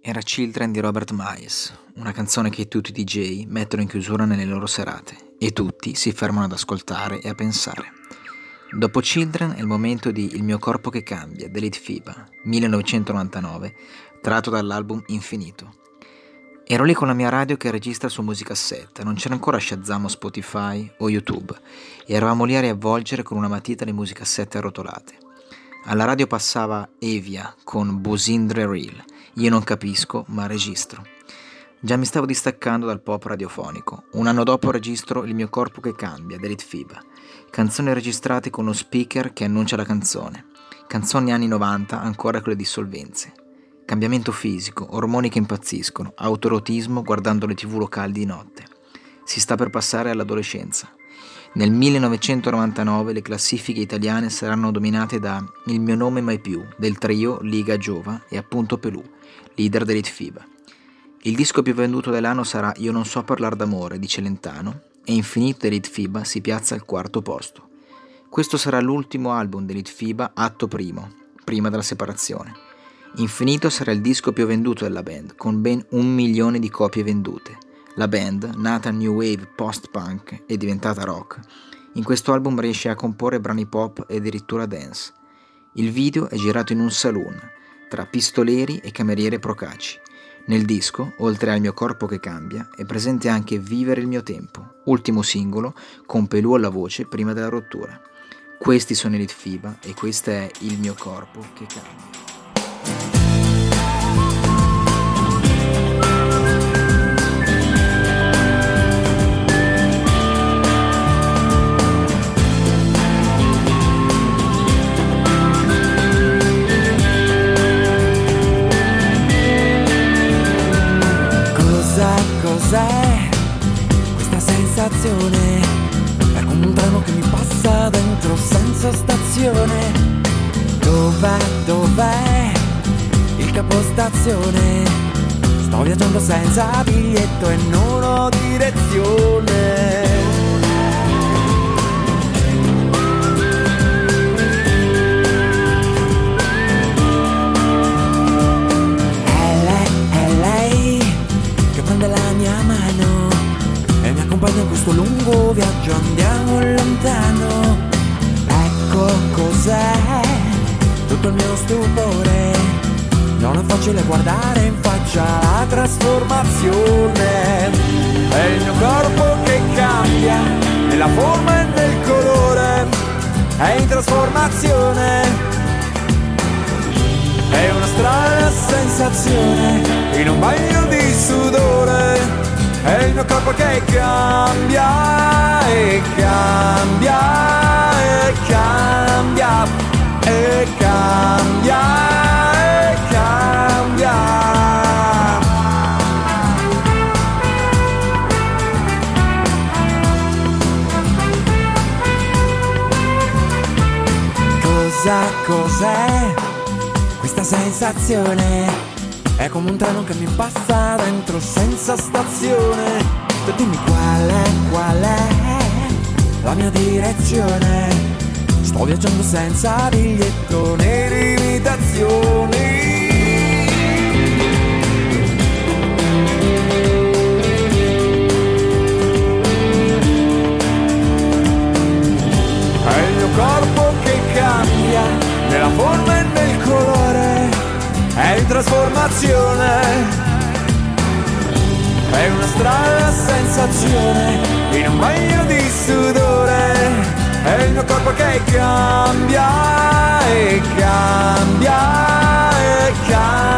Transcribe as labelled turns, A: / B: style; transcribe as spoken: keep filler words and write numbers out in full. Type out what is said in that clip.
A: Era Children di Robert Miles, una canzone che tutti i D J mettono in chiusura nelle loro serate e tutti si fermano ad ascoltare e a pensare. Dopo Children è il momento di Il mio corpo che cambia, dell'Elite FIBA, millenovecentonovantanove, tratto dall'album Infinito. Ero lì con la mia radio che registra su musicassetta, non c'era ancora Shazam o Spotify o YouTube, e eravamo lì a riavvolgere con una matita le musicassette arrotolate. Alla radio passava Evia con Bosindre Reel. Io non capisco, ma registro. Già mi stavo distaccando dal pop radiofonico. Un anno dopo registro Il mio corpo che cambia, dell'Elite FIBA. Canzoni registrate con lo speaker che annuncia la canzone. Canzoni anni novanta, ancora con le dissolvenze. Cambiamento fisico, ormoni che impazziscono, autoerotismo guardando le tv locali di notte. Si sta per passare all'adolescenza. Nel millenovecentonovantanove le classifiche italiane saranno dominate da Il mio nome mai più, del trio Liga Giova e appunto Pelù, leader dell'Elite FIBA. Il disco più venduto dell'anno sarà Io non so parlare d'amore di Celentano e Infinito dell'Elite FIBA si piazza al quarto posto. Questo sarà l'ultimo album dell'Elite FIBA atto primo, prima della separazione. Infinito sarà il disco più venduto della band, con ben un milione di copie vendute. La band, nata new wave post-punk e diventata rock, in questo album riesce a comporre brani pop e addirittura dance. Il video è girato in un saloon, tra pistoleri e cameriere procaci. Nel disco, oltre al mio corpo che cambia, è presente anche Vivere il mio tempo, ultimo singolo con Pelù alla voce prima della rottura. Questi sono Elite FIBA e questo è Il mio corpo che cambia.
B: Cos'è questa sensazione? È come un treno che mi passa dentro senza stazione. Dov'è, dov'è il capostazione? Sto viaggiando senza biglietto e non ho direzione. Della mia mano e mi accompagna in questo lungo viaggio, andiamo lontano. Ecco cos'è tutto il mio stupore, non è facile guardare in faccia la trasformazione. È il mio corpo che cambia nella forma e nel colore, è in trasformazione, è una strana sensazione in un bagno di sudore. È il mio corpo che cambia e cambia e cambia e cambia e cambia. Cosa, cos'è questa sensazione? È come un treno che mi passa dentro senza stazione. Tu dimmi qual è, qual è la mia direzione. Sto viaggiando senza biglietto né limitazioni. È il mio corpo che cambia nella forma e nel colore, è in trasformazione, è una strana sensazione in un bagno di sudore. È il mio corpo che cambia e cambia e cambia.